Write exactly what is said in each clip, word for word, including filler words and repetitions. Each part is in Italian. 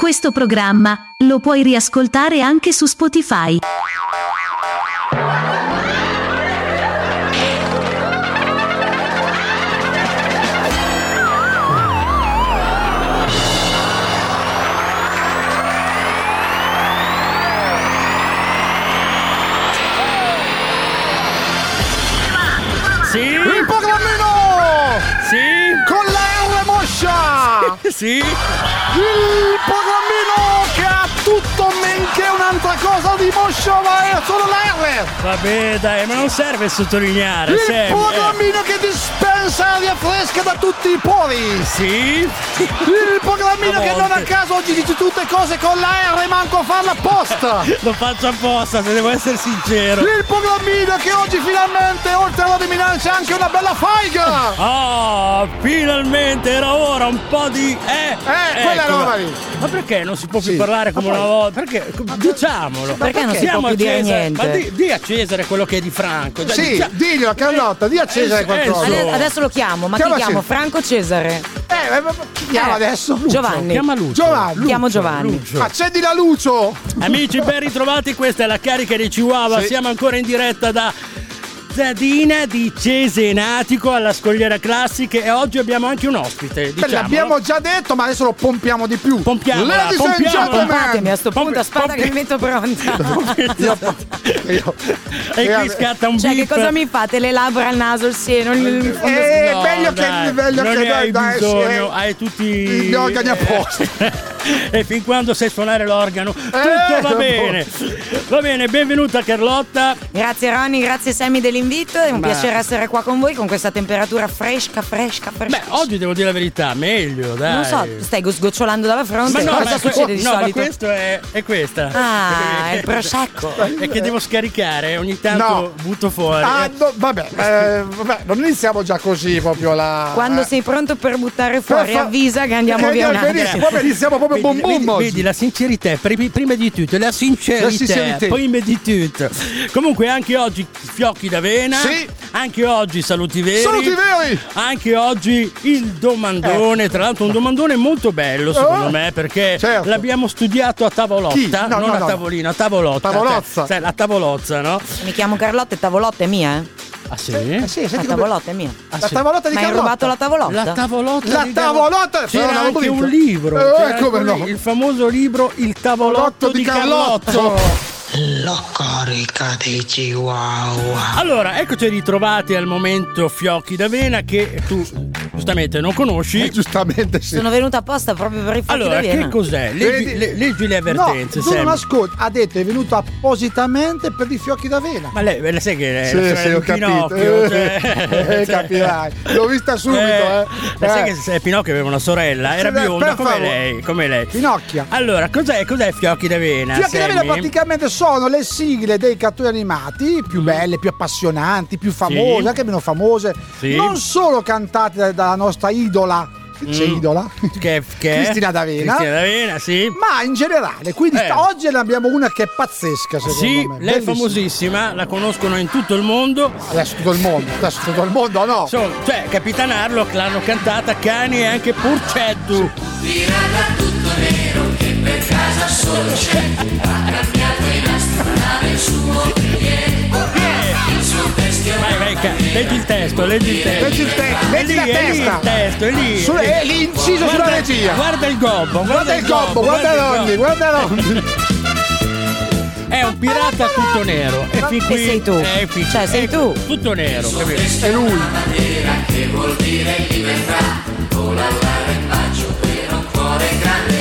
Questo programma lo puoi riascoltare anche su Spotify. Sì? Il programmino! Sì? Con la R Moscia! Sì? Il programmino che ha tutto men che un'altra cosa di Moscia, ma è solo la R! Vabbè dai, ma non serve sottolineare. Il serve. programmino che dispensa aria fresca da tutti i pori! Sì? Il programmino che non a caso oggi dice tutte cose con la R, manco a farla apposta! Lo faccio apposta, se devo essere sincero. Il programmino che oggi finalmente, oltre alla Milano, c'è anche una bella faiga! Oh, finalmente era ora un po' di... Eh, Eh, quella ecco. roba lì! Ma perché non si può più Sì. parlare come Ma una poi- volta? Perché? Diciamolo. Perché non si Siamo può più a dire Cesare. niente? Ma di, di a Cesare quello che è di Franco. Dai, Sì, dicia- diglielo a Carlotta, di a Cesare Eh, qualcosa. eh, Ade- Adesso lo chiamo, ma Chiama chi chiamo? Cesare. Franco Cesare? Eh, ma- ma chi chiama Eh, adesso? Giovanni. Chiama Lucio. Giovanni. Chiamo Giovanni. Lucio. Accendi la Lucio! Amici ben ritrovati, questa è la carica di Chihuahua. Sì. Siamo ancora in diretta da Zadina di Cesenatico alla Scogliera Classiche e oggi abbiamo anche un ospite. Beh, Diciamo. l'abbiamo già detto, ma adesso lo pompiamo di più. Pompiamola, Ladies and pompiamola. Pompatemi a gentlemen! sto punto, Pompi- aspetta pompi- che mi metto pronta. Io, io, E qui scatta un Cioè, che beep. cosa mi fate? Le labbra, il naso, il seno, il il fondo Eh, No, meglio dai, che meglio non che ne hai dai, bisogno, sì, hai tutti gli organi a posto. E fin quando sai suonare l'organo tutto Eh, va a bene. Va bene, benvenuta Carlotta. Grazie Ronny, grazie Sammy dell'invito. È un Ma- piacere essere qua con voi con questa temperatura fresca, fresca, fresca. Beh, oggi devo dire la verità, meglio, dai. Non so, stai sgocciolando dalla fronte. Ma no, cosa ma, succede di no, ma solito? questo è, è questa. Ah, è il prosecco. È che devo scaricare, ogni tanto No. butto fuori. Ah, no, vabbè, eh, vabbè, non iniziamo già così proprio la. Quando eh. sei pronto per buttare fuori, fa- avvisa che andiamo Eh, via un vedi, attimo. proprio iniziamo proprio Vedi, bom bom vedi, oggi. vedi la sincerità, pri- prima di tutto, la sincerità, La sincerità. prima di tutto. Comunque anche oggi fiocchi d'avena, Sì. anche oggi saluti veri, Saluti veri! anche oggi il domandone, tra l'altro un domandone molto bello secondo Eh, me perché certo. l'abbiamo studiato a tavolotta, Chi? No, non no, a no. tavolino, a tavolotta. Tavolozza. Cioè, sai, la tavolozza, no? Mi chiamo Carlotta e tavolotta è mia, eh? Ah sì? Eh sì, La senti come. tavolotta è mia. Ah, La sì. tavolotta di Ma hai Carlotta. rubato la tavolotta? La tavolotta La di tavolotta? c'era C'era anche una un rubrica. libro, Eh, c'era anche come un no? li- il famoso libro Il tavolotto di Carlotto. La carica di Chihuahua. Allora, eccoci ritrovati al momento fiocchi d'avena che tu giustamente non conosci. Eh, giustamente sì. Sono venuta apposta proprio per i fatti Allora, da Viena. che cos'è? Leggi, Vedi- le- leggi le avvertenze. No, tu non Sam. ascolti. Ha detto è venuto appositamente per i fiocchi d'avena. Ma lei, lei sai che è Sì, la sorella sì, ho di capito. Pinocchio, Eh, cioè- eh, capirai. L'ho vista subito, eh. Ma sai Eh. che se Pinocchio aveva una sorella, era Sì, beh, bionda per come favore. lei, come lei. Pinocchia. Allora, cos'è, cos'è Fiocchi d'avena? Fiocchi d'avena Sammy? praticamente sono le sigle dei cartoni animati più belle, più appassionanti, più famose, Sì. anche meno famose, Sì. non solo cantate da- dalla nostra idola, c'è Mm. idola, Che, che è? Cristina D'Avena. Cristina D'Avena, sì. ma in generale. Quindi Eh. sta- oggi ne abbiamo una che è pazzesca, secondo Sì, me. lei è Bellissima. famosissima, la conoscono in tutto il mondo. Adesso tutto il mondo, adesso tutto il mondo no. Insomma, cioè, Capitan Harlock l'hanno cantata Cani e anche Purceddu. Pirata tutto nero che per casa solo c'è, ha cambiato in astronave il suo mobilier, il suo bestio. Vai, vai, ca- leggi il testo, leggi il testo. Leggi il te- leggi È la lì, è lì testa. il testo, è lì. Su- è lì inciso sulla regia. Guarda il gobbo, Guarda il gobbo, guarda Ronny, guarda Ronny. È un pirata tutto nero. E fin qui sei tu. È fin- Cioè, sei è tu. Tutto nero, capito? È lui. Madeira che vuol dire libertà, vola all'aria in bacio per un cuore grande.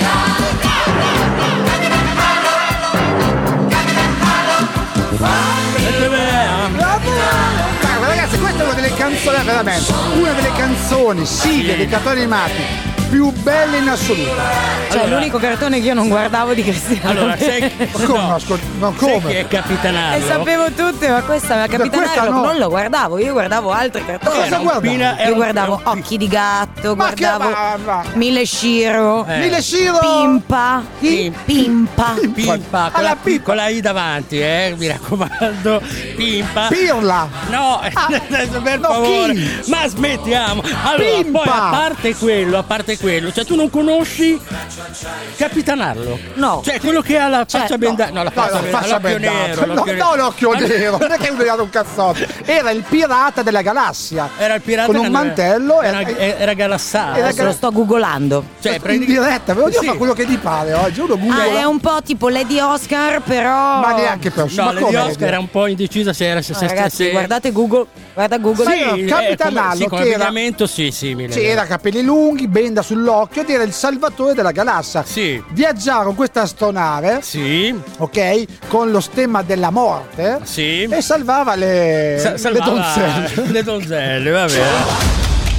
Guarda, ragazzi, questa è una delle canzoni, veramente, una delle canzoni, sigle dei cartoni animati più belle in assoluto. Cioè, Allora- l'unico cartone che io non guardavo di Cristiano. Allora, sai, Ma come? no, no, ascolta, ma sai come? chi è Capitan E Harlock? sapevo tutte, ma questa la Capitan questa Harlock no. non lo guardavo, io guardavo altri cartoni. Cosa Era un guardavi? pina- era Io un- guardavo era un- Occhi di gatto, Ma che- guardavo ma- ma- Mille Shiro, Eh. Mille Shiro! Pimpa, Chi? Pimpa. Pimpa, con Alla la, Pimpa. con la I davanti, eh, mi raccomando. Pimpa. Pirla! No, adesso per no, favore, chi? ma smettiamo. Allora, Pimpa. poi a parte quello, a parte quello, cioè tu non conosci Capitanarlo? No. Cioè quello che ha la Cioè, faccia bendata, no, la No, faccia, no, bendata, faccia l'occhio bendata. nero, No, l'occhio no, l'occhio Ma- nero, non è che è un cazzotto. Era il pirata della galassia. Era il pirata con un che- mantello. era, era, era galassato. Era Adesso lo sto googolando. Cioè, in prendi... diretta, ve lo dico, Sì. fa quello che ti pare oggi. Uno Ah, googla. è un po' tipo Lady Oscar, però. Ma neanche per No, ma Lady come Oscar era un po' indecisa se era se, No, se, ragazzi, se... guardate Google. Guarda Google. Sì, no, eh, Capitanallo, come, sì, come che era- abbigliamento sì, simile. C'era capelli lunghi, benda sull'occhio ed era il salvatore della galassia. Sì. Viaggiava con questa astronave, Sì, ok, con lo stemma della morte sì. e salvava le, Sa- le salvava donzelle. le donzelle, va bene.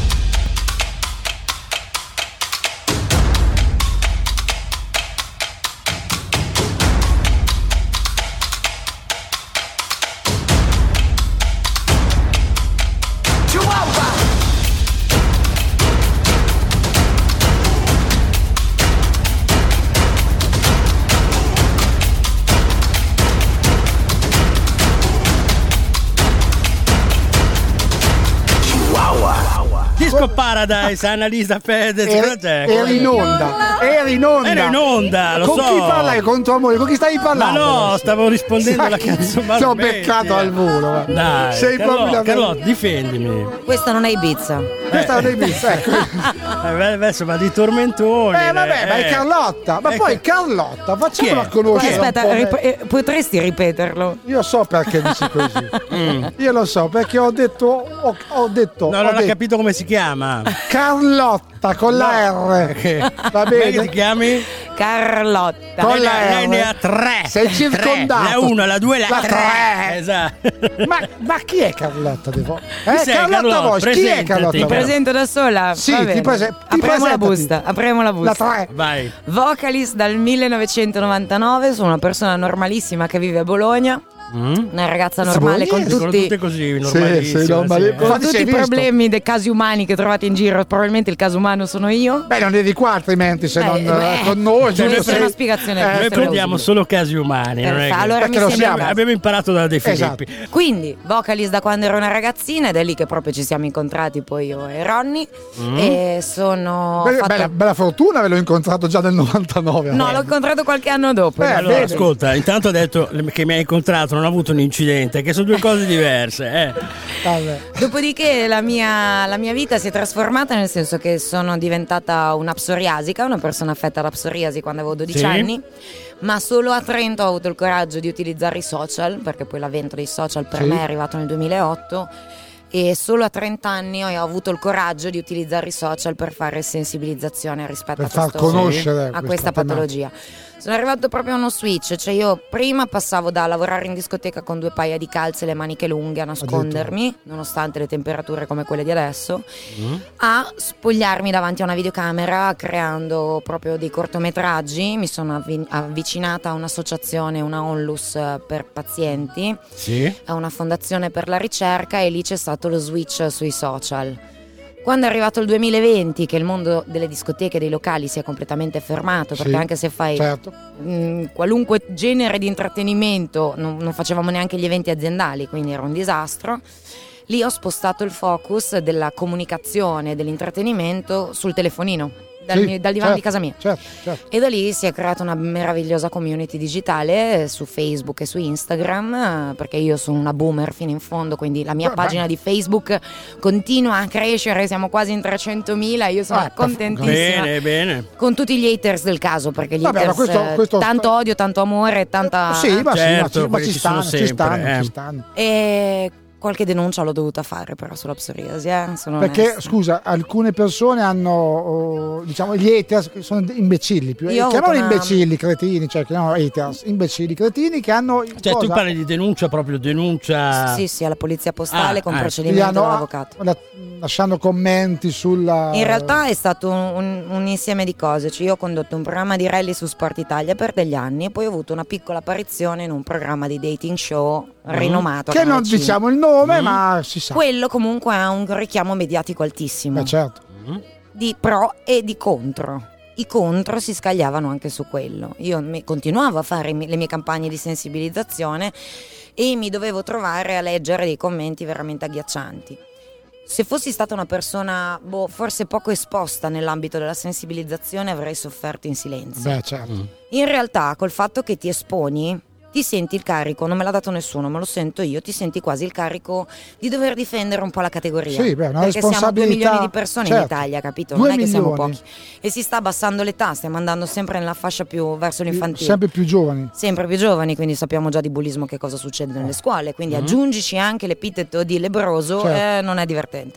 Disco Paradise, Annalisa Fedez, cosa c'è? Era in onda, era in onda. Era in onda, lo con so. chi parlai contro amore? Con chi stavi Ma parlando? no, adesso? stavo rispondendo alla Sai, canzone. ma ti ho smetti, beccato eh. al volo. va. Dai, Sei proprio Carlotta, una- Carlotta, difendimi. Questa non è Ibiza. Questa non è vista, ecco. Eh, beh, adesso ma di tormentoni. Eh vabbè, ma è eh. Carlotta. Ma Eh, poi che- Carlotta, Chi facciamola è? conoscere. un Aspetta, po' rip- me. eh, potresti ripeterlo? Io so perché dici così. Mm. Io lo so perché ho detto ho, ho detto, No, ho non ho detto capito come si chiama. Carlotta con la R. Che- Va Come ti bene. chiami? Carlotta. Con lei, la ne- lei R. ne ha tre. Sei Tre. circondato. La uno, la due, la, La tre. tre. Esatto. Ma, ma chi è Carlotta De Vo? Eh, sei, Carlotta Carlotta? Voce, chi è Presentati. Carlotta Mi Voce? presento da sola? Sì, Va ti bene. prese- ti Apriamo la presentati. busta, apriamo la La busta. tre. Vai. Vocalist dal millenovecentonovantanove, sono una persona normalissima che vive a Bologna, Mm? una ragazza normale con Bolognese, Sono tutti, tutte così, Sì, normalissime. sì, normali- sì. con Infatti tutti sei i visto? problemi dei casi umani che trovate in giro. Probabilmente il caso umano sono io. Beh, non eri qua altrimenti se Eh, non beh, eh, con noi. giusto cioè, per sei- una spiegazione. Eh, Noi Questo è prendiamo plausibile. solo casi umani. non è Perfetto, che- allora Perché mi lo sembra siamo. bene. Abbiamo imparato da De Filippi. Esatto. Quindi, vocalist da quando ero una ragazzina ed è lì che proprio ci siamo incontrati poi io e Ronny. Mm. E sono Bella, fatta- bella, bella fortuna, ve l'ho incontrato già nel novantanove. No, l'ho incontrato qualche anno dopo. Eh, Allora, vedi. ascolta, intanto ha detto che mi ha incontrato, non ha avuto un incidente, che sono due cose diverse. Eh. Vabbè. Dopodiché la mia, la mia vita si è trasformata, nel senso che sono diventata una psoriasica, una persona affetta da psoriasi quando avevo dodici Sì. anni, ma solo a trenta ho avuto il coraggio di utilizzare i social, perché poi l'avvento dei social per Sì. me è arrivato nel duemilaotto, e solo a trenta anni ho avuto il coraggio di utilizzare i social per fare sensibilizzazione rispetto Per a, far questo- conoscere a questa questa tematica. patologia. Sono arrivato proprio a uno switch, cioè io prima passavo da lavorare in discoteca con due paia di calze e le maniche lunghe a nascondermi, nonostante le temperature come quelle di adesso, Mm. a spogliarmi davanti a una videocamera creando proprio dei cortometraggi. Mi sono avvi- avvicinata a un'associazione, una Onlus eh, per pazienti, Sì. a una fondazione per la ricerca, e lì c'è stato lo switch sui social. Quando è arrivato il duemilaventi, che il mondo delle discoteche e dei locali si è completamente fermato, perché Sì, anche se fai Certo. mh, qualunque genere di intrattenimento, non, non facevamo neanche gli eventi aziendali, quindi era un disastro. Lì ho spostato il focus della comunicazione, dell'intrattenimento sul telefonino, dal, Sì, mio- dal divano certo, di casa mia. Certo, certo. E da lì si è creata una meravigliosa community digitale eh, su Facebook e su Instagram, eh, perché io sono una boomer fino in fondo, quindi la mia Beh, pagina beh. di Facebook continua a crescere, siamo quasi in trecentomila, io sono Ah, contentissima. Bene, bene. Con tutti gli haters del caso, perché gli Vabbè, ma haters, questo- eh, questo- tanto odio, tanto amore, tanta... Sì, ma, sì, Certo, ma ci, ma quelli ci ci sono stanno, ci sempre, stanno, eh. ci stanno. E qualche denuncia l'ho dovuta fare però sulla psoriasi, eh, sono Perché, onesta. scusa, alcune persone hanno, oh, diciamo, gli haters che sono imbecilli, più, Io ho chiamano avuto una- imbecilli, cretini, cioè chiamano haters, imbecilli, cretini che hanno Cioè, tu cosa? parli di denuncia, proprio denuncia. Sì, sì, alla polizia postale Ah, con ah. Gli procedimento hanno- dell'avvocato. la- lasciando commenti sulla... In realtà è stato un, un- un insieme di cose, cioè io ho condotto un programma di rally su Sport Italia per degli anni e poi ho avuto una piccola apparizione in un programma di dating show rinomato. a che non Canale cinque. diciamo il nome, ma si sa. Quello comunque ha un richiamo mediatico altissimo, Beh, certo. di pro e di contro. I contro si scagliavano anche su quello. Io mi- continuavo a fare mi- le mie campagne di sensibilizzazione e mi dovevo trovare a leggere dei commenti veramente agghiaccianti. Se fossi stata una persona, boh, forse poco esposta nell'ambito della sensibilizzazione, avrei sofferto in silenzio. Beh, certo. Mm. In realtà, col fatto che ti esponi, ti senti il carico, non me l'ha dato nessuno, ma lo sento io, ti senti quasi il carico di dover difendere un po' la categoria. Sì, beh, una perché siamo due responsabilità, milioni di persone certo. in Italia, capito? Due Non è che siamo milioni. pochi. E si sta abbassando l'età, stiamo andando sempre nella fascia più verso l'infantile. Sempre più giovani. Sempre più giovani, quindi sappiamo già di bullismo che cosa succede nelle scuole, quindi Mm-hmm. aggiungici anche l'epiteto di lebbroso, Certo. eh, non è divertente.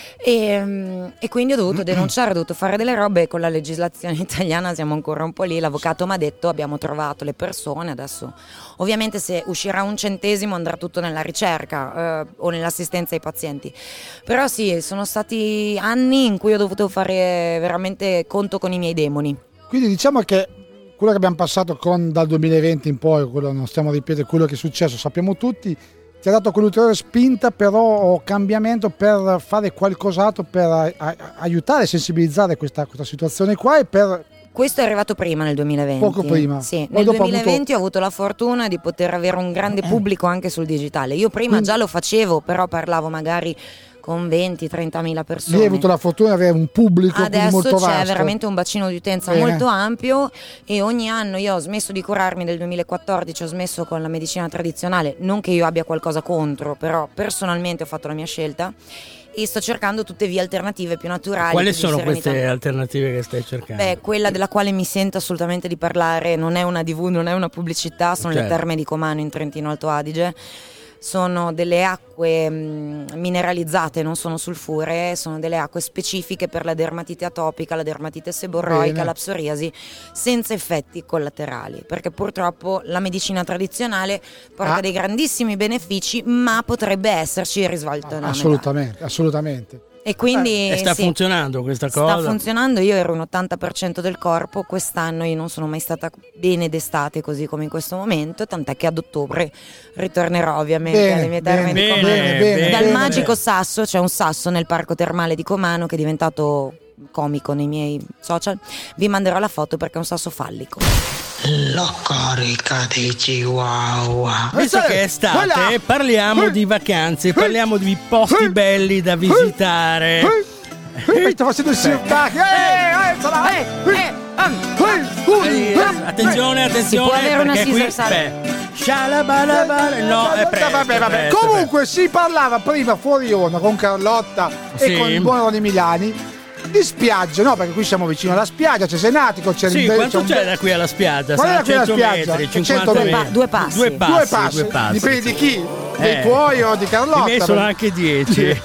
E, e quindi ho dovuto denunciare, ho dovuto fare delle robe. Con la legislazione italiana siamo ancora un po' lì. L'avvocato mi ha detto abbiamo trovato le persone, adesso ovviamente se uscirà un centesimo andrà tutto nella ricerca eh, o nell'assistenza ai pazienti, però sì, sono stati anni in cui ho dovuto fare veramente conto con i miei demoni. Quindi diciamo che quello che abbiamo passato con dal duemilaventi in poi, quello non stiamo a ripetere quello che è successo, sappiamo tutti, ti ha dato quell'ulteriore spinta però o cambiamento per fare qualcos'altro per a- a- aiutare, sensibilizzare questa, questa situazione qua e per... Questo è arrivato prima nel duemilaventi. Poco prima. Sì, Poi nel dopo ha duemilaventi ho avuto la fortuna di poter avere un grande pubblico anche sul digitale. Io prima Quindi- già lo facevo, però parlavo magari con venti trentamila persone. Lì hai avuto la fortuna di avere un pubblico quindi Adesso molto c'è vasto. veramente un bacino di utenza Bene. molto ampio e ogni anno io ho smesso di curarmi nel duemilaquattordici, ho smesso con la medicina tradizionale, non che io abbia qualcosa contro, però personalmente ho fatto la mia scelta e sto cercando tutte vie alternative più naturali. Quali più di sono serenità. queste alternative che stai cercando? Beh, quella della quale mi sento assolutamente di parlare non è una tivù, non è una pubblicità, sono Certo. le terme di Comano in Trentino Alto Adige. Sono delle acque mh, mineralizzate, non sono sulfuree, sono delle acque specifiche per la dermatite atopica, la dermatite seborroica, Bene. la psoriasi, senza effetti collaterali, perché purtroppo la medicina tradizionale porta Ah. dei grandissimi benefici, ma potrebbe esserci il risvolto della medaglia. Assolutamente, assolutamente. E quindi E sta sì. funzionando questa cosa? Sta funzionando, io ero un ottanta per cento del corpo, quest'anno io non sono mai stata bene d'estate così come in questo momento, tant'è che ad ottobre ritornerò ovviamente Bene, alle mie terme bene, di bene, Comano. bene, Dal bene. magico sasso, c'è un sasso nel parco termale di Comano che è diventato comico nei miei social, vi manderò la foto perché è un sasso fallico. La carica dei chihuahua. Visto che è estate, Quella- parliamo Eh. di vacanze, parliamo di posti Eh. belli da visitare. Eh, sto facendo il sirtacchi. Eh, eh, sarà- Eh, eh, um. Eh, Eh, uh, Attenzione, attenzione, Si può avere una perché qui, Caesar salad. beh, scialabalabala, no, è presto, vabbè, vabbè. presto, Comunque si parlava prima fuori onda con Carlotta Sì. e con il buon Ronny Milani di spiagge, no? Perché qui siamo vicino alla spiaggia, c'è Senatico, c'è Sì, il quanto un- c'è da qui alla spiaggia? Qual è Saranno da qui alla cento spiaggia? metri, C'è cinquanta cento metri. Due passi. Due Due passi, passi, due passi. dipende di chi, dei Eh. tuoi o di Carlotta. I miei sono perché- anche dieci.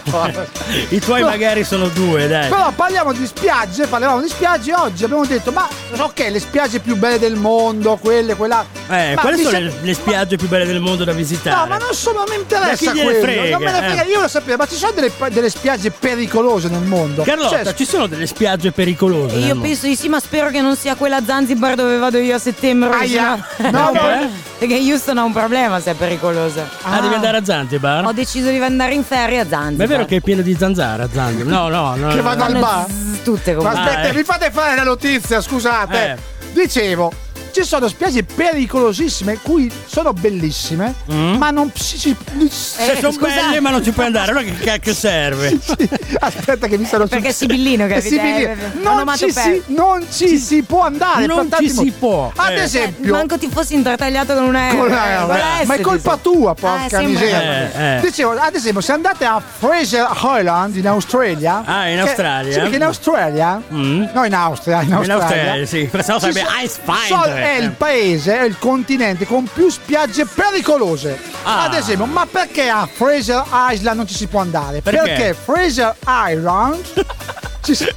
I tuoi No. magari sono due, dai. Però parliamo di spiagge, parlavamo di spiagge oggi, abbiamo detto ma ok, le spiagge più belle del mondo, quelle, quella. Eh, ma quali mi sono sem- le, le spiagge più belle del mondo da visitare? No, ma non so, non mi Ma interessa chi gliene quello, frega, non me ne frega, eh. io lo sapevo, ma ci sono delle, delle spiagge pericolose nel mondo. Carlotta, Cioè, ci sono delle spiagge pericolose? E nel io mondo? penso di sì, ma spero che non sia quella a Zanzibar dove vado io a settembre. Aia. sennò- No, no. Perché Houston ha un problema se è pericolosa. Ah, devi andare a Zanzibar? Ho deciso di andare in ferie a Zanzibar. Ma è vero che è pieno di zanzara a Zanzibar? No, no, no. Che no, vanno no. al bar? Zzz, tutte Ma comunque. aspetta, Ah, eh. mi fate fare la notizia, scusate. Eh. Dicevo, ci sono spiagge pericolosissime, cui sono bellissime, Mm? ma non si. si- Se Eh, sono scusa. belle ma non ci puoi andare, allora che cacchio serve? sì, aspetta che mi sono Perché è sibillino, capito? Sibillino. Eh, Non onomatopea. ci, si, non ci si può andare. Non per tanti ci modi. si può, Ad eh. esempio. Manco ti fossi intartagliato con una Con R. la- eh, con la S, ma è colpa dice. tua, Eh, porca sembra- miseria. Eh, eh. Dicevo, ad esempio, se andate a Fraser Island in Australia. Ah, in che- Australia? Sì, perché in Australia. Mm. No, in Austria. In In Australia. Australia, sì. Questa ci sarebbe so- Ice Find. so- è il paese, è il continente con più spiagge pericolose. Ah. Ad esempio, ma perché a Fraser Island non ci si può andare? Perché? Fraser Island. ci si-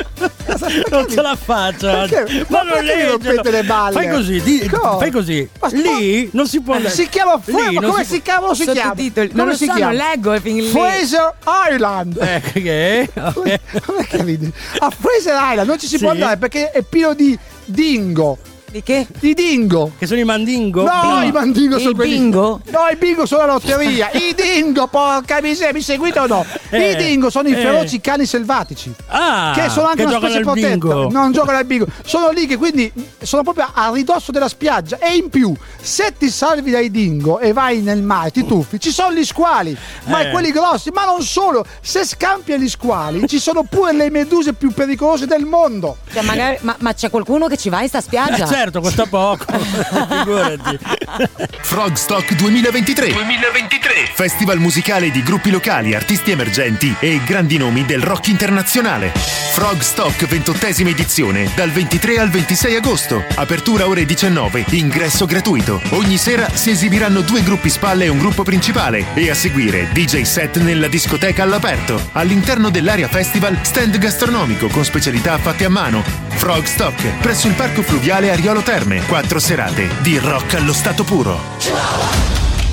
Non ce la faccio. Perché? Ma Ma non perché mi rompete leggelo. le balle? Fai così, di- Cosa? fai così. Ma- Lì non si può andare. Si chiama Lì Fraser, ma non come si si cavolo si chiama? Sottotitoli. Come Non lo si so, chiama? non leggo il fin lì. Fraser Island. Eh, che? Ok. Come che ridi? A Fraser Island non ci si Sì. può andare perché è pieno di dingo, Di che? I dingo. Che sono i mandingo? No, no. i mandingo Il sono quelli. bingo? No, i bingo sono la lotteria. I dingo, porca miseria, mi seguite o no? Eh, I dingo sono i eh. feroci cani selvatici. Ah, Che sono anche che una giocano specie al protetta. bingo. Non giocano al bingo. Sono lì che quindi sono proprio a ridosso della spiaggia. E in più, se ti salvi dai dingo e vai nel mare, ti tuffi, ci sono gli squali. Ma Eh. quelli grossi. Ma non solo. Se scampi agli squali, ci sono pure le meduse più pericolose del mondo. Cioè, magari, ma, ma c'è qualcuno che ci va in sta spiaggia? Eh, certo, costa poco. Figurati. Frogstock duemilaventitré. duemilaventitré. Festival musicale di gruppi locali, artisti emergenti e grandi nomi del rock internazionale. Frogstock ventottesima edizione dal ventitré al ventisei agosto. Apertura ore diciannove, ingresso gratuito. Ogni sera si esibiranno due gruppi spalle e un gruppo principale e a seguire D J set nella discoteca all'aperto. All'interno dell'area festival stand gastronomico con specialità fatte a mano. Frogstock presso il parco fluviale Ariolo Terme. Quattro serate di rock allo stato puro.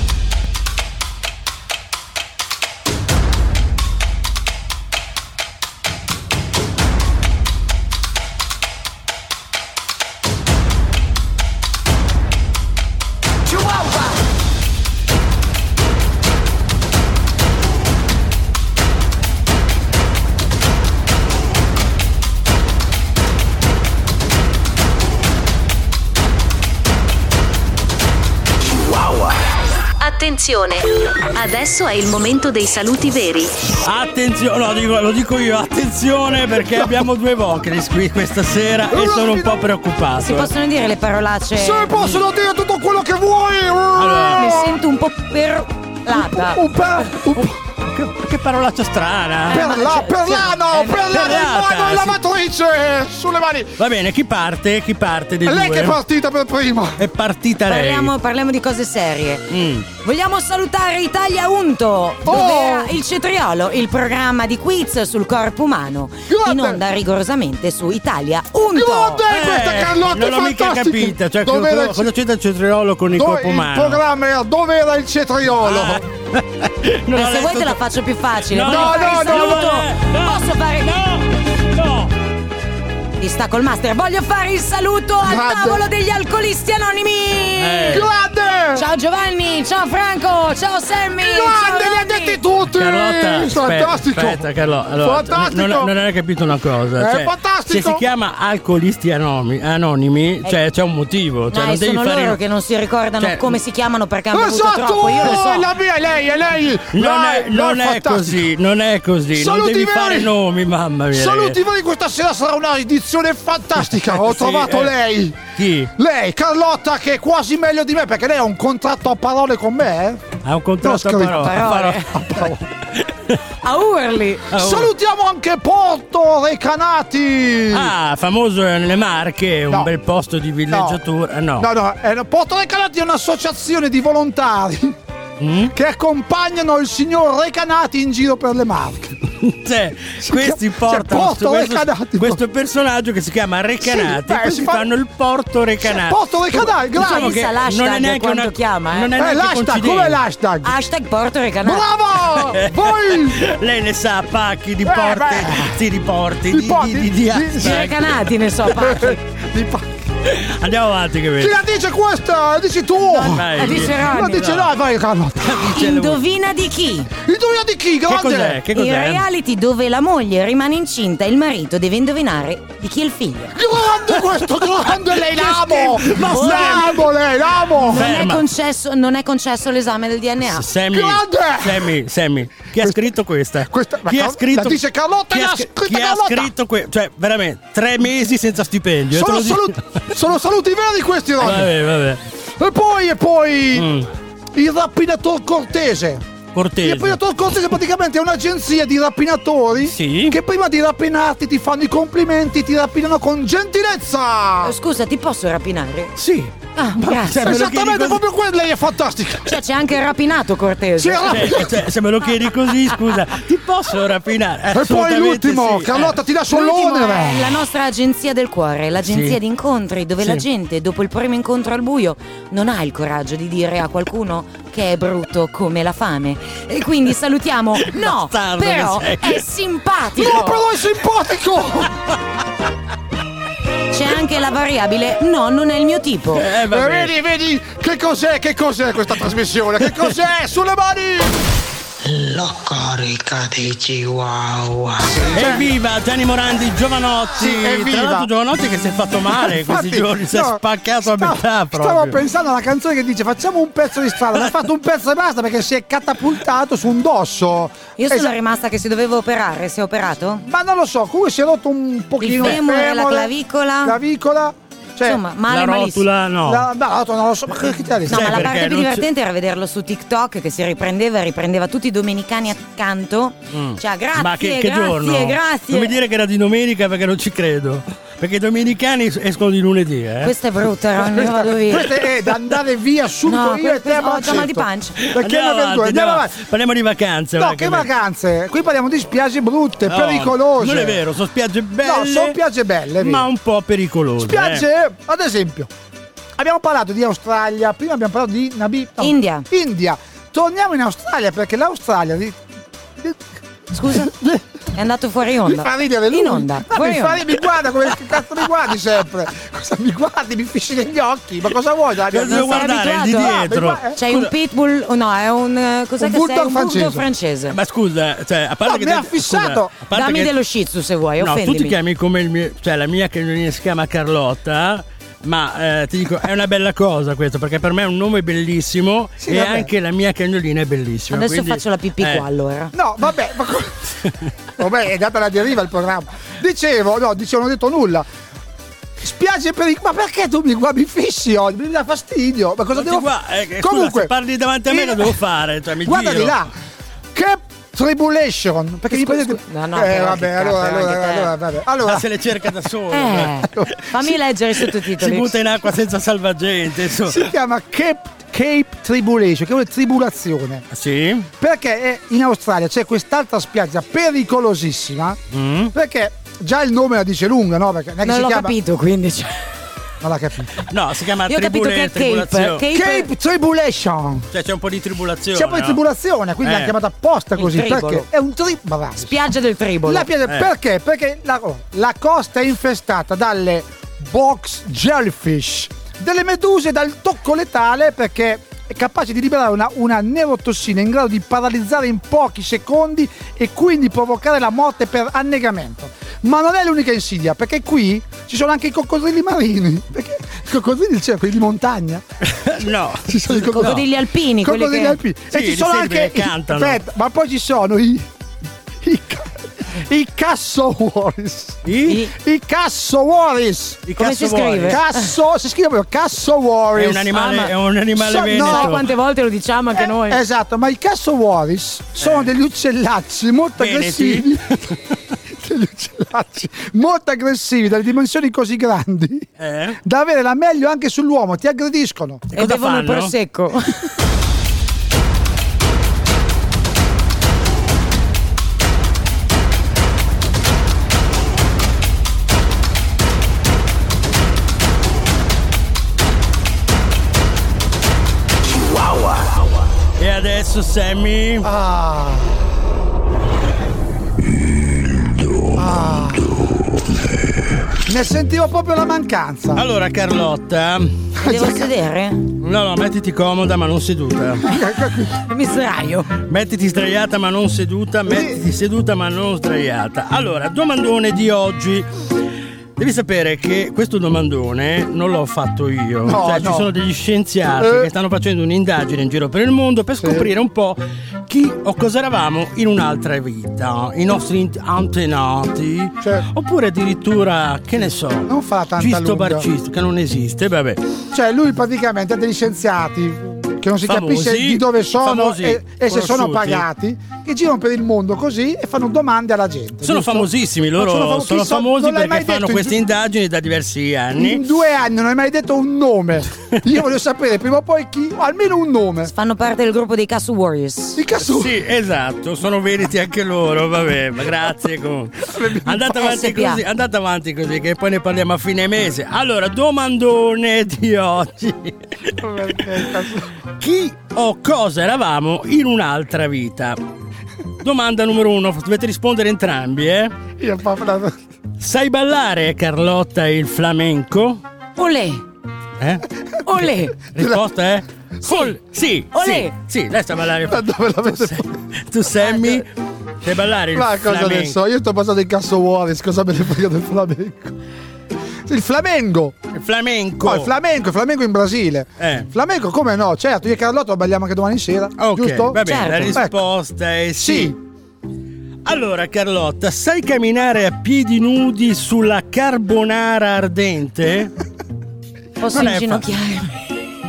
Attenzione, adesso è il momento dei saluti veri. Attenzione, no, dico- lo dico io, attenzione perché abbiamo due vocali qui questa sera e sono un po' preoccupato. Si possono dire le parolacce? Se possono dire tutto quello che vuoi. Allora. Mi sento un po' perlata. Un per, un, Che, che parolaccia strana. per la, per la, no, eh, per la, perlata, in mano, sì. lavatrice, sulle mani. Va bene, chi parte? Chi parte dei È lei due? che è partita per prima. È partita lei. Parliamo, parliamo di cose serie. Mm. Vogliamo salutare Italia Unto, dove Oh! era il Cetriolo, il programma di quiz sul corpo umano, Grande! in onda rigorosamente su Italia Unto. Grande, questa Carlotta non è l'ho mica fantastica. capita. Cioè, Dove era cosa, il- cosa c'entra il cetriolo con il Dove- corpo il umano? programma era Dove era il cetriolo? Ah. Non Beh, ho se vuoi letto- te la faccio più facile. No, Voglio no, fare no, il no, saluto. no, Posso fare. No! No! Ti sta col master. Voglio fare il saluto al Grande. tavolo degli alcolisti anonimi. Eh. Grande! Ciao Giovanni, ciao Franco, ciao Sammy. Grande, ciao li ha Ronny. detti tutti! Carlotta, aspetta, Fantastico! aspetta Carlotta, allora, Fantastico! non, non hai capito una cosa. È cioè, fantastico! Se si chiama alcolisti anomi- anonimi, cioè c'è un motivo. Cioè, Dai, non devi sono fare. loro che non si ricordano Cioè, come si chiamano perché hanno bevuto Esatto! troppo, io lo so. La mia è lei, è lei! Non, Dai, è, non dai, è fantastico. così, non è così. Saluti non devi veri. fare nomi, mamma mia. Saluti voi, questa sera sarà una edizione fantastica. Ho Sì, trovato eh. lei. Chi? Lei, Carlotta, che è quasi meglio di me perché lei ha un contratto a parole con me. eh? Ha un contratto a No, parole. Parole. A parole. A Urli. Ah, oh. Salutiamo anche Porto Recanati. Ah, famoso nelle Marche, un No. bel posto di villeggiatura. No. No, no, eh, Porto Recanati è un'associazione di volontari Mm? che accompagnano il signor Recanati in giro per le Marche. Cioè, questi Cioè, portano Porto questo, Recanati. questo personaggio che si chiama Recanati. Sì, beh, questi si fa- fanno il Porto Recanati. Porto Recanati, grazie. Diciamo che Pensa l'hashtag non è neanche quanto una chiama, eh? non è Eh, neanche l'hashtag, coincidente. com'è l'hashtag? Hashtag Porto Recanati. Bravo! Voi! Lei ne sa, pacchi di Eh, porti, beh. sì, di porti, Di di, porti, di, di, di- hashtag. Di Recanati ne so, Pacchi. Di pa- Andiamo avanti che Chi vedi. la dice questa? La dici tu! Vai, La dice La Ronny. dice no, vai Carlotta. dice lui. Indovina di chi? Indovina di chi? Che Grande! cos'è? Che Il cos'è? reality dove la moglie rimane incinta e il marito deve indovinare di chi è il figlio. Grande questo, grande, lei l'amo! Ma L'amo, lei, l'amo! Non è, Ferma. concesso, non è concesso l'esame del D N A. Sammy, Grande! Sammy, Sammy, chi ha scritto questa? Questa- ma chi ha Car- scritto? la dice Carlotta, chi l'ha ha, scritta chi ha Carlotta! scritto que- cioè veramente tre mesi senza stipendio. Sono, te lo dico. saluti, sono saluti veri questi, Ronny! Vabbè, vabbè. E poi, e poi... Mm. Il rapinator cortese. Il Cortese. rapinator cortese praticamente è un'agenzia di rapinatori Sì. che prima di rapinarti ti fanno i complimenti, ti rapinano con gentilezza. Eh, Scusa, ti posso rapinare? Sì. Ah, grazie. se me lo Esattamente, chiedi così- proprio quello, lei è fantastica. Cioè, c'è anche il rapinato cortese. Sì, Cioè, cioè, se me lo chiedi così, scusa, ti posso rapinare? E poi Assolutamente l'ultimo, sì. Carlotta, ti lascio L'ultimo è l'onere. la nostra agenzia del cuore, l'agenzia Sì. di incontri, dove Sì. la gente, dopo il primo incontro al buio, non ha il coraggio di dire a qualcuno che è brutto come la fame. E quindi salutiamo. No, Bastardo però che sei. è simpatico. No, però è simpatico. C'è anche la variabile no, non è il mio tipo. Eh, Eh, vabbè. vedi, vedi, che cos'è, che cos'è questa trasmissione? Che cos'è? Sulle mani! La carica dei chihuahua. Evviva Gianni Morandi, Giovanotti. Sì, evviva. Tra l'altro Giovanotti che si è fatto male questi Infatti, giorni, si è no, spaccato a stavo- metà proprio. Stavo pensando alla canzone che dice facciamo un pezzo di strada, ha fatto un pezzo e basta perché si è catapultato su un dosso. Io sono Esa- rimasta che si doveva operare. Si è operato? Ma non lo so, comunque si è rotto un pochino Il femore, la clavicola. clavicola, cioè, Insomma, male La malissimo. rotula no. la, no, la rotula non lo so, ma che ti ha detto? No, Sai ma la perché parte più non c'è- divertente era vederlo su TikTok che si riprendeva e riprendeva tutti i domenicani accanto. Cioè, grazie, Ma che, che grazie, giorno? grazie. Non mi dire che era di domenica perché non ci credo. Perché i domenicani escono di lunedì, eh? Questa è brutta, Ronny, io vado via. Questo è da andare via subito No, io e te a questo- ho già mal di braccetto. pancia. Perché Andiamo è una avanti, vergogna. Andiamo andiamo- avanti. Parliamo di vacanze. No, vai, che me- vacanze? Qui parliamo di spiagge brutte, No, pericolose. Non è vero, sono spiagge belle. No, sono spiagge belle, è vero. ma un po' pericolose. Spiagge, eh. ad esempio, abbiamo parlato di Australia, prima abbiamo parlato di Nabi- no, India. India. Torniamo in Australia perché l'Australia di- di- Scusa? È andato fuori onda. mi fa ridere lui. In onda. Ma fuori mi, fa, onda. mi guarda come che cazzo mi guardi sempre? Cosa mi guardi? Mi fissi negli occhi? Ma cosa vuoi? Dai, Cosa mi- devo sei guardare il di abituato? Ah, dietro? ma- C'hai Scusa, un pitbull, oh no, è un eh, cos'è Un che sei? bulldog Un bulldog francese. francese. Ma scusa, cioè, a parte No, che mi ha te- fissato. scusa, a parte Dammi che- dello shih tzu se vuoi, No, tu offendimi. ti chiami come il mio, cioè la mia cagnolina si chiama Carlotta, ma eh, ti dico è una bella cosa questo perché per me è un nome bellissimo Sì, e vabbè. anche la mia cagnolina è bellissima. Adesso quindi- faccio la pipì eh, qua allora. No, vabbè, ma co- vabbè, è andata alla deriva il programma. Dicevo, no, dicevo, non ho detto nulla. Spiagge per i... Ma perché tu mi guardi fissi oggi? Mi dà fastidio. Ma cosa non ti devo gua- fare? eh, che scusa, se parli davanti a me il- lo devo fare, cioè mi Guarda giro. di là. Che tribulation. Perché mi Scusa, prendete... scusa, no, no, eh, però vabbè, che allora, cazzo, allora, anche te. allora, vabbè. Allora, Ah, se le cerca da solo. Eh, beh. fammi leggere i Si sottotitoli. butta in acqua senza salvagente, insomma. si chiama Cape, Cape Tribulation, che vuol dire tribolazione. Sì? Perché eh, in Australia c'è quest'altra spiaggia pericolosissima. Mm. Perché già il nome la dice lunga, no? Perché non è che Non si l'ho chiama... capito, quindi. Cioè. Non l'ha capito. No, si chiama Io ho capito che tribule- è Cape. tribolazione. Cape, Cape Tribulation. Cioè c'è un po' di tribolazione. C'è un po' di no? tribolazione, quindi Eh. l'hanno chiamata apposta Il così. tribolo. Perché è un tri... ma va. spiaggia del tribolo. La piazza- Eh. Perché? Perché la, oh, la costa è infestata dalle box jellyfish, delle meduse dal tocco letale perché è capace di liberare una, una neurotossina in grado di paralizzare in pochi secondi e quindi provocare la morte per annegamento. Ma non è l'unica insidia, perché qui ci sono anche i coccodrilli marini. Perché i coccodrilli c'è quelli di montagna. No. Ci sono i coccodrilli Coccodrilli alpini, quelli coccodrilli che- alpini. Sì, e ci li sono senti anche che cantano. aspetta, ma poi ci sono i i, ca- i cassowaris. I? I- I cassowaris. I Come si cassovuori. scrive? Casso, si scrive proprio cassowaris. È un animale, Ah, ma- è un animale So- no. veneto. Sai quante volte lo diciamo anche Eh, noi? Esatto, ma i cassowaris sono Eh. degli uccellacci molto Veneti? aggressivi. Degli uccellacci molto aggressivi, dalle dimensioni così grandi Eh? da avere la meglio anche sull'uomo, ti aggrediscono. E cosa bevono il fanno? prosecco. E adesso Sammy. Ah. Ah. Ne sentivo proprio la mancanza. Allora Carlotta. Devo sedere? No, no, mettiti comoda ma non seduta. Mi sdraio. Mettiti sdraiata ma non seduta, mettiti seduta ma non sdraiata. Allora, domandone di oggi. Devi sapere che questo domandone non l'ho fatto io. No, cioè, no. ci sono degli scienziati Eh. che stanno facendo un'indagine in giro per il mondo per scoprire un po' chi o cosa eravamo in un'altra vita. I nostri int- antenati. Cioè- oppure addirittura, che ne so, Non fa tanta Gisto lunga. Barcisto, che non esiste, vabbè. Cioè, lui praticamente ha degli scienziati che non si Famosi, capisce di dove sono famosi, e, e se sono conosciuti. pagati, che girano per il mondo così e fanno domande alla gente. Sono giusto? famosissimi, Ma loro sono sono, famo- chi so- famosi non l'hai mai perché fanno detto in queste gi- indagini da diversi anni. In due anni non hai mai detto un nome. Io voglio sapere prima o poi chi, o almeno un nome. Fanno parte del gruppo dei Castle Warriors. Di cazzo. Sì, esatto, sono veriti anche loro, vabbè, ma grazie comunque. Andate avanti S P A. così, andate avanti così che poi ne parliamo a fine mese. Allora, domandone di oggi. Chi o cosa eravamo in un'altra vita? Domanda numero uno, dovete rispondere entrambi, eh? Io ho parlato. Sai ballare, Carlotta, il flamenco? Olè. Eh? Olè. Risposta è? Sì. Ol- sì. Olè. Sì, sì, lei sa ballare il Ma dove l'avete flamenco. Tu, Sammy, sai ballare il Ma cosa flamenco? ne so? Io sto passando in Casso Wallace, cosa me ne frega del flamenco? Il flamenco. Il flamenco. No, il flamenco, il flamenco in Brasile. Eh. Flamenco come no? Certo, io e Carlotta lo balliamo anche domani sera. Ok, giusto? va bene, Certo. la risposta è sì. Sì. Allora, Carlotta, sai camminare a piedi nudi sulla carbonara ardente? Posso Non è inginocchiarmi?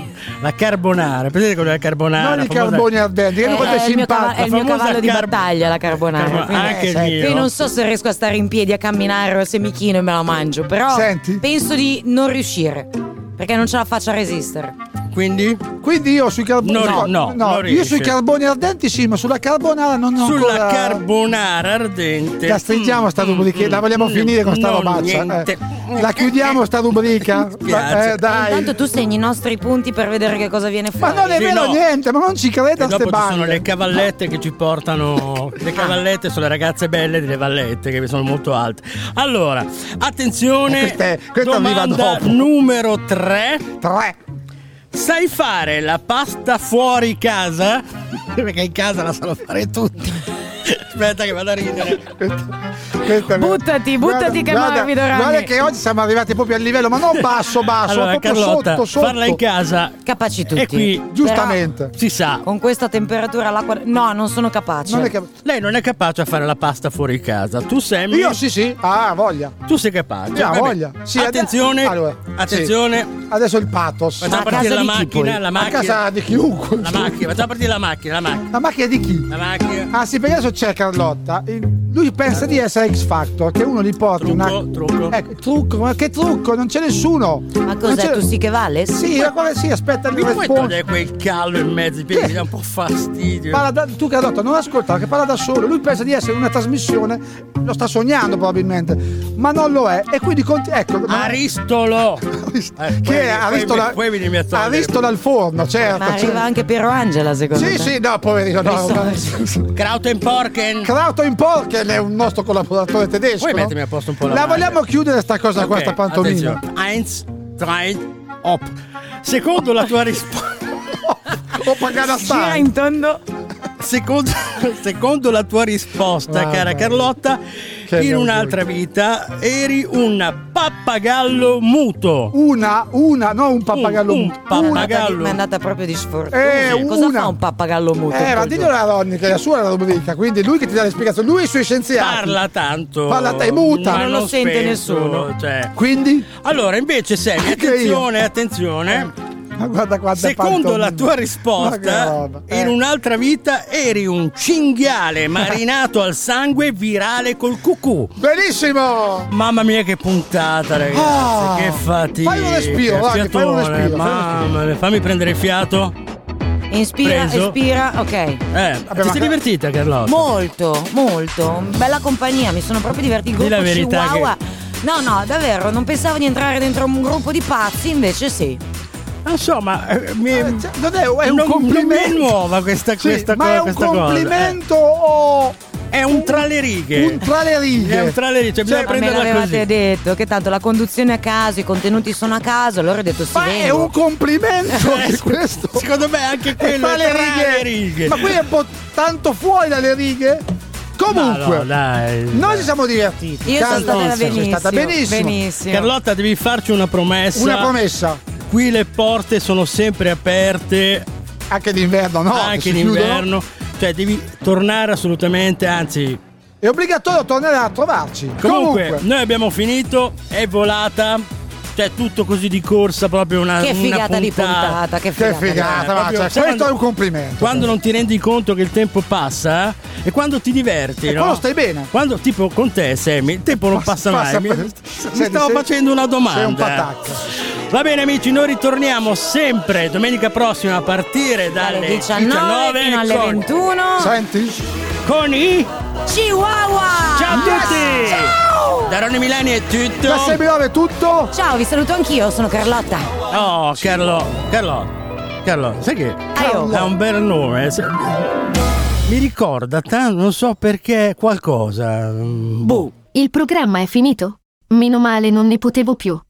La carbonara, presente quello della carbonara? Non i famosa- carboni ardenti, che Eh, quanto è è il mio, cava- simpatico. è il mio famosa cavallo di car- battaglia, la carbonara. Carbo- quindi- anche il eh, mio. Quindi non so se riesco a stare in piedi a camminare o se mi chino e me la mangio, però Senti? penso di non riuscire, perché non ce la faccio a resistere. Quindi? Quindi io sui carboni No, no, no, non io riesce. sui carboni ardenti sì, ma sulla carbonara non ho Sulla ancora... carbonara ardente. La stringiamo sta rubrica, la vogliamo Mm, finire con sta no, robaccia. niente. eh. La chiudiamo sta rubrica? Mi spiace. Eh, dai. Intanto tu segni i nostri punti per vedere che cosa viene Ma fuori. non è Sì, vero no. niente, ma non ci creda E a ste dopo ci sono bande. le cavallette che ci portano. Le cavallette sono le ragazze belle delle vallette che sono molto alte. Allora, attenzione. Eh, queste- questa arriva domanda dopo. numero tre. Tre. Sai fare la pasta fuori casa? Perché in casa la sanno fare tutti. Aspetta che vado a ridere. Questa è- Buttati, buttati che guarda, morbido, Rami. guarda che oggi siamo arrivati proprio al livello, ma non basso, basso, Allora, proprio Carlotta, sotto, sotto. farla in casa. Capaci tutti. E qui, Giustamente. si sa. Con questa temperatura l'acqua. No, non sono capace. Non è che... Lei non è capace a fare la pasta fuori casa. Tu sei. Io sì, sì. Ah, voglia. Tu sei capace. Io ho Vabbè. voglia. Sì, attenzione. ade- allora, attenzione. Adesso il pathos. Facciamo Ma a partire casa la di chi, macchina, poi? la A macchina. casa di chiunque. La macchina, facciamo partire la macchina, la macchina. La macchina di chi? La macchina. Ah sì, perché adesso c'è Carlotta. il- Lui pensa di essere X Factor, che uno gli porta Trucco, una. trucco. Ecco, trucco, ma che trucco? Non c'è nessuno. Ma Non cos'è? c'è- Tu sì che vale? Sì, ma guarda, sì, aspetta il Mi puoi responso. togliere quel callo in mezzo ai piedi, mi dà un po' fastidio. Parla da- tu Carlotta non ascolta, che parla da solo. Lui pensa di essere una trasmissione, lo sta sognando probabilmente, ma non lo è. E quindi conti- ecco. ma- Aristolo. Arist- Eh, che poi- è poi- Aristola? poi venimi a togliere. Aristola al forno, certo. Ma arriva certo. anche Piero Angela, secondo Sì, te? sì, no, poverino. No, no. Krautenporken. Krauto in Porken è un nostro collaboratore tedesco. Puoi mettermi a posto un po' la La maglia? vogliamo chiudere sta cosa qua, Ok, sta pantomima? attenzione. Eins, drei, op. Secondo la tua risposta. Ho pagato a Gira stare. in tondo. Secondo, secondo la tua risposta, Vabbè. cara Carlotta, Che in vergogna. un'altra vita eri un pappagallo muto. Una, una, no un pappagallo Un- un muto. pappagallo. Una. Guarda, Mi è andata proprio di sfortuna. Eh, Cosa una. fa un pappagallo muto? Eh, ma Poi diglielo a Ronny, che è la sua la rubrica, quindi è lui che ti dà le spiegazioni, lui e i suoi scienziati. Parla tanto. Parla te, muta. ma Non lo sente spesso, nessuno. Cioè. Quindi? Allora, invece, sei, Anche io. attenzione, attenzione. Ma guarda quanta Secondo la pantomima. tua Ma che risposta, roba, eh. in un'altra vita eri un cinghiale marinato al sangue virale col cucù. Benissimo! Mamma mia che puntata, ragazzi, Ah, che fatica. fai un respiro, Ronny, fai un fiatone, respiro, fai un Mamma mia, fammi prendere fiato. Inspira, Preso. espira, ok. Eh, Vabbè, ti ma- sei divertita, Carlotta? Molto, molto. Bella compagnia, mi sono proprio divertito. Di la Gruppo verità Chihuahua. No, no, davvero, non pensavo di entrare dentro un gruppo di pazzi, invece sì. Insomma, eh, mi, Eh, cioè, non è, è un non, non mi è complimento. nuova questa, Sì, questa, ma co- è un questa cosa. complimento o Eh, È un tra le righe. un tra le righe? È un tra le righe, cioè, bisogna Ma me prenderla l'avevate così. detto che tanto la conduzione è a caso, i contenuti sono a caso, allora ho detto sì, Ma è vengo. un complimento Eh, anche questo. Secondo me anche È quello tra è le tra righe. le righe. Ma qui è un po' tanto fuori dalle righe. Comunque, Ma no, dai. noi ci siamo divertiti. Io sono stata Carlotta, sei benissimo. stata benissimo. benissimo. Carlotta, devi farci una promessa. Una promessa. Qui le porte sono sempre aperte, Anche d'inverno, no? anche si in chiudono. inverno. Cioè, devi tornare assolutamente, anzi. È obbligatorio tornare a trovarci. Comunque, Comunque, noi abbiamo finito, è volata. Cioè, tutto così di corsa, proprio una Che una figata di puntata, che che figata. figata, Eh, va, proprio- cioè, sai questo quando- è un complimento. Quando non ti rendi conto che il tempo passa e quando ti diverti, E no? quando stai bene. Quando, tipo con te, Sammy, il tempo non passa, Passa- mai. passa- Mi, Senti, mi stavo sei- facendo una domanda. sei un patacca. Va bene, amici, noi ritorniamo sempre domenica prossima a partire dalle Dalle diciannove fino alle con, ventuno. Senti? con i Chihuahua! ciao a Yes! tutti! Ciao! Da Ronny Milani è tutto. Da Seminole è tutto? Ciao, vi saluto anch'io, sono Carlotta. Oh, Carlo, Carlo, Carlo, sai che Aio. ha un bel nome. se- Mi ricorda tanto, non so perché, qualcosa. Bu. Il programma è finito? Meno male, non ne potevo più.